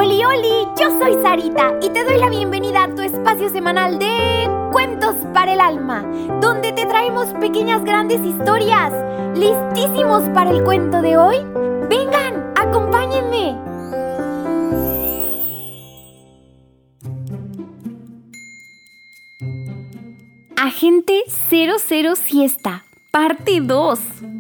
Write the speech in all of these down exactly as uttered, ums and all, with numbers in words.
Oli, oli, yo soy Sarita y te doy la bienvenida a tu espacio semanal de Cuentos para el Alma, donde te traemos pequeñas grandes historias. ¿Listísimos para el cuento de hoy? ¡Vengan, acompáñenme! Agente cero cero Siesta, parte dos.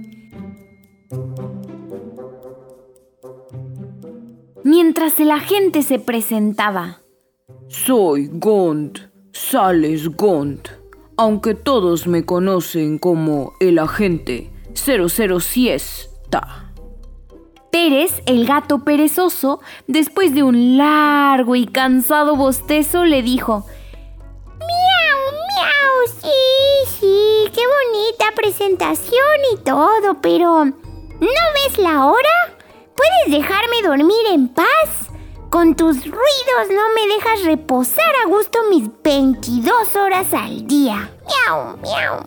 Mientras el agente se presentaba: Soy Gond, Sales Gond, aunque todos me conocen como el agente cero cero Siesta. Pérez, el gato perezoso, después de un largo y cansado bostezo, le dijo: ¡Miau, miau! Sí, sí, qué bonita presentación y todo, pero ¿no ves la hora? ¿Puedes dejarme dormir en paz? Con tus ruidos no me dejas reposar a gusto mis veintidós horas al día. ¡Miau, miau!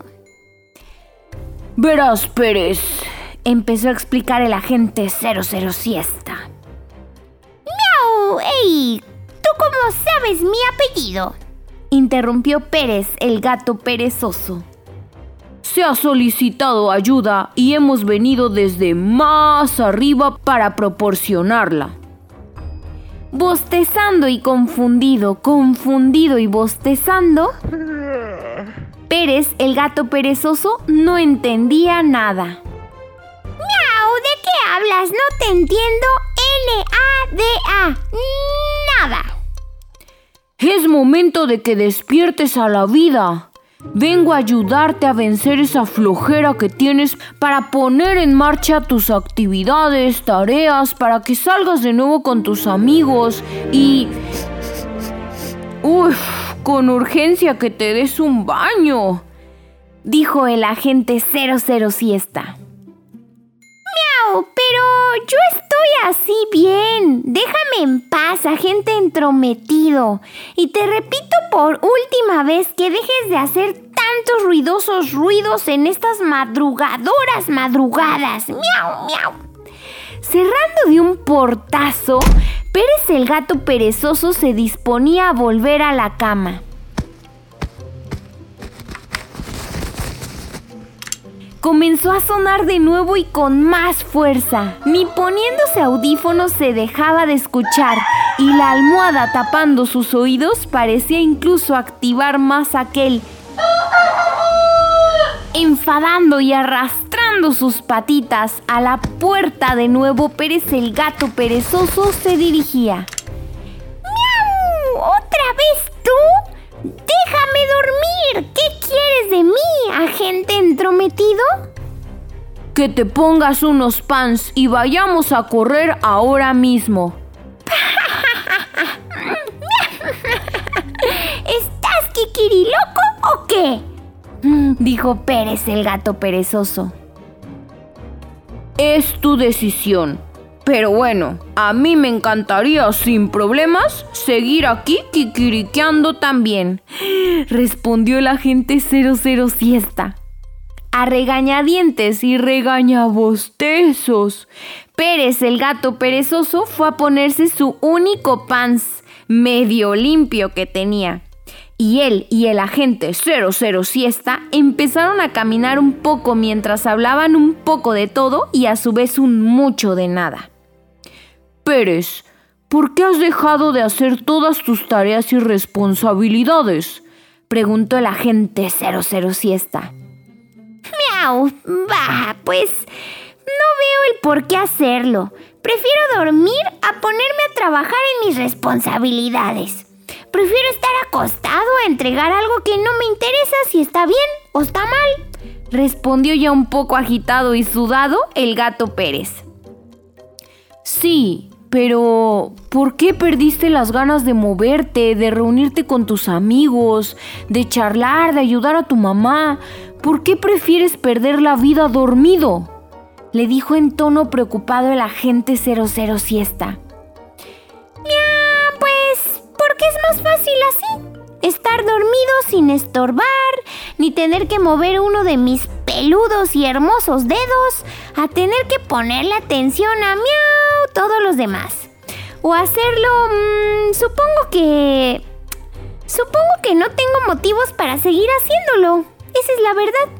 Verás, Pérez, empezó a explicar el agente cero cero Siesta. ¡Miau! ¡Ey! ¿Tú cómo sabes mi apellido?, interrumpió Pérez, el gato perezoso. Se ha solicitado ayuda y hemos venido desde más arriba para proporcionarla. Bostezando y confundido, confundido y bostezando, Pérez, el gato perezoso, no entendía nada. ¡Miau! ¿De qué hablas? No te entiendo. N A D A. Nada. Es momento de que despiertes a la vida. Vengo a ayudarte a vencer esa flojera que tienes para poner en marcha tus actividades, tareas, para que salgas de nuevo con tus amigos y... ¡Uf! Con urgencia que te des un baño, dijo el agente cero cero Siesta. ¡Miau! Pero yo estoy así bien. Déjame en paz, agente entrometido. Y te repito por última vez que dejes de hacer tantos ruidosos ruidos en estas madrugadoras madrugadas. ¡Miau, miau! Cerrando de un portazo, Pérez, el gato perezoso, se disponía a volver a la cama. Comenzó a sonar de nuevo y con más fuerza. Ni poniéndose audífonos se dejaba de escuchar, y la almohada tapando sus oídos parecía incluso activar más aquel, enfadando y arrastrando sus patitas. A la puerta de nuevo Pérez, el gato perezoso, se dirigía. ¡Miau! ¿Otra vez tú? ¡Déjame dormir! ¿Qué quieres de mí, agente entrometido? Que te pongas unos pants y vayamos a correr ahora mismo. ¿Estás kikiriloco o qué?, dijo Pérez, el gato perezoso. Es tu decisión. Pero bueno, a mí me encantaría, sin problemas, seguir aquí kikiriqueando también, respondió el agente cero cero Siesta. A regañadientes y regañabostezos, Pérez, el gato perezoso, fue a ponerse su único pants medio limpio que tenía. Y él y el agente cero cero Siesta empezaron a caminar un poco mientras hablaban un poco de todo y a su vez un mucho de nada. Pérez, ¿por qué has dejado de hacer todas tus tareas y responsabilidades?, preguntó el agente cero cero Siesta. ¡Miau! Bah, pues no veo el por qué hacerlo. Prefiero dormir a ponerme a trabajar en mis responsabilidades. Prefiero estar acostado a entregar algo que no me interesa si está bien o está mal, respondió ya un poco agitado y sudado el gato Pérez. Sí, pero ¿por qué perdiste las ganas de moverte, de reunirte con tus amigos, de charlar, de ayudar a tu mamá? ¿Por qué prefieres perder la vida dormido?, le dijo en tono preocupado el agente cero cero Siesta. Mia, pues porque es más fácil así. Estar dormido sin estorbar, ni tener que mover uno de mis peludos y hermosos dedos, a tener que ponerle atención a miau todos los demás. o hacerlo, mmm, supongo que... Supongo que no tengo motivos para seguir haciéndolo. Esa es la verdad.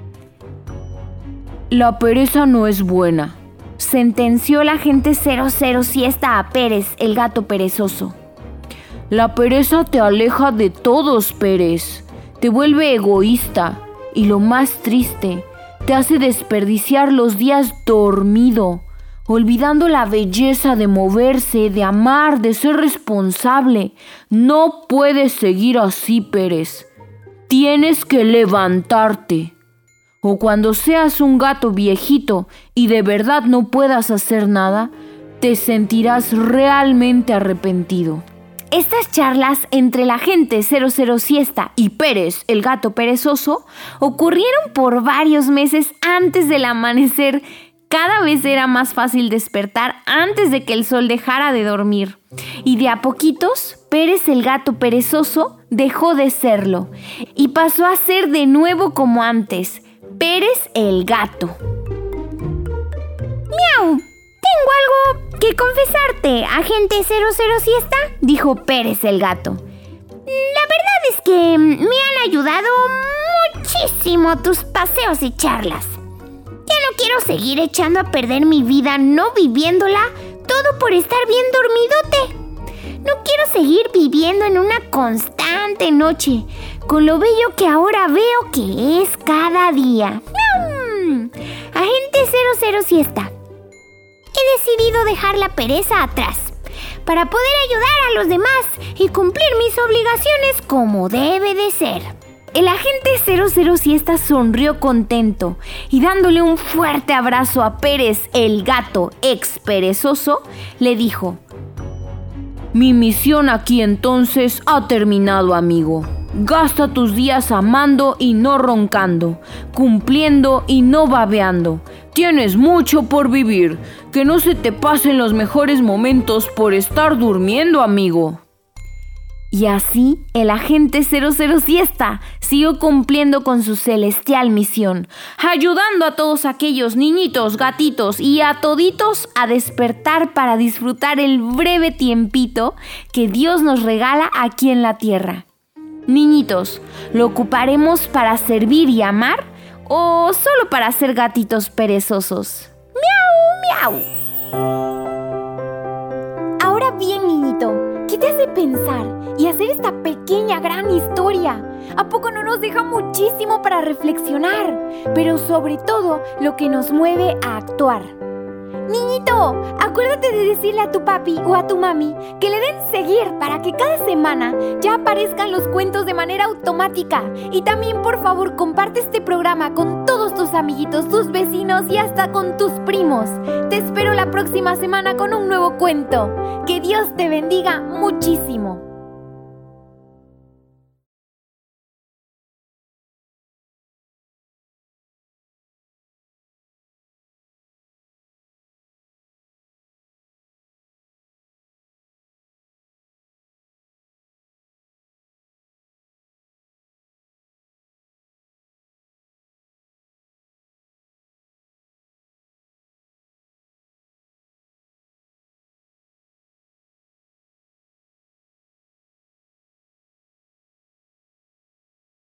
La pereza no es buena, sentenció la agente cero cero siesta a Pérez, el gato perezoso. La pereza te aleja de todos, Pérez. Te vuelve egoísta y lo más triste, te hace desperdiciar los días dormido, olvidando la belleza de moverse, de amar, de ser responsable. No puedes seguir así, Pérez. Tienes que levantarte. O cuando seas un gato viejito y de verdad no puedas hacer nada, te sentirás realmente arrepentido. Estas charlas entre la agente cero cero siesta y Pérez, el gato perezoso, ocurrieron por varios meses antes del amanecer. Cada vez era más fácil despertar antes de que el sol dejara de dormir. Y de a poquitos, Pérez, el gato perezoso, dejó de serlo y pasó a ser de nuevo como antes, Pérez el gato. ¡Miau! Tengo algo que confesarte, agente cero cero siesta, dijo Pérez el gato. La verdad es que me han ayudado muchísimo tus paseos y charlas. Ya no quiero seguir echando a perder mi vida no viviéndola, todo por estar bien dormidote. No quiero seguir viviendo en una constante noche, con lo bello que ahora veo que es cada día. ¡Miau! Agente cero cero siesta. He decidido dejar la pereza atrás para poder ayudar a los demás y cumplir mis obligaciones como debe de ser. El agente cero cero siesta sonrió contento y dándole un fuerte abrazo a Pérez, el gato ex perezoso, le dijo: Mi misión aquí entonces ha terminado, amigo. Gasta tus días amando y no roncando, cumpliendo y no babeando. Tienes mucho por vivir. Que no se te pasen los mejores momentos por estar durmiendo, amigo. Y así, el agente cero cero siesta siguió cumpliendo con su celestial misión, ayudando a todos aquellos niñitos, gatitos y a toditos a despertar para disfrutar el breve tiempito que Dios nos regala aquí en la tierra. Niñitos, ¿lo ocuparemos para servir y amar o solo para ser gatitos perezosos? ¡Miau, miau! Ahora bien, niñito, ¿qué te hace pensar y hacer esta pequeña gran historia? ¿A poco no nos deja muchísimo para reflexionar? Pero sobre todo, lo que nos mueve a actuar. Niñito, acuérdate de decirle a tu papi o a tu mami que le den seguir para que cada semana ya aparezcan los cuentos de manera automática. Y también, por favor, comparte este programa con todos tus amiguitos, tus vecinos y hasta con tus primos. Te espero la próxima semana con un nuevo cuento. Que Dios te bendiga muchísimo.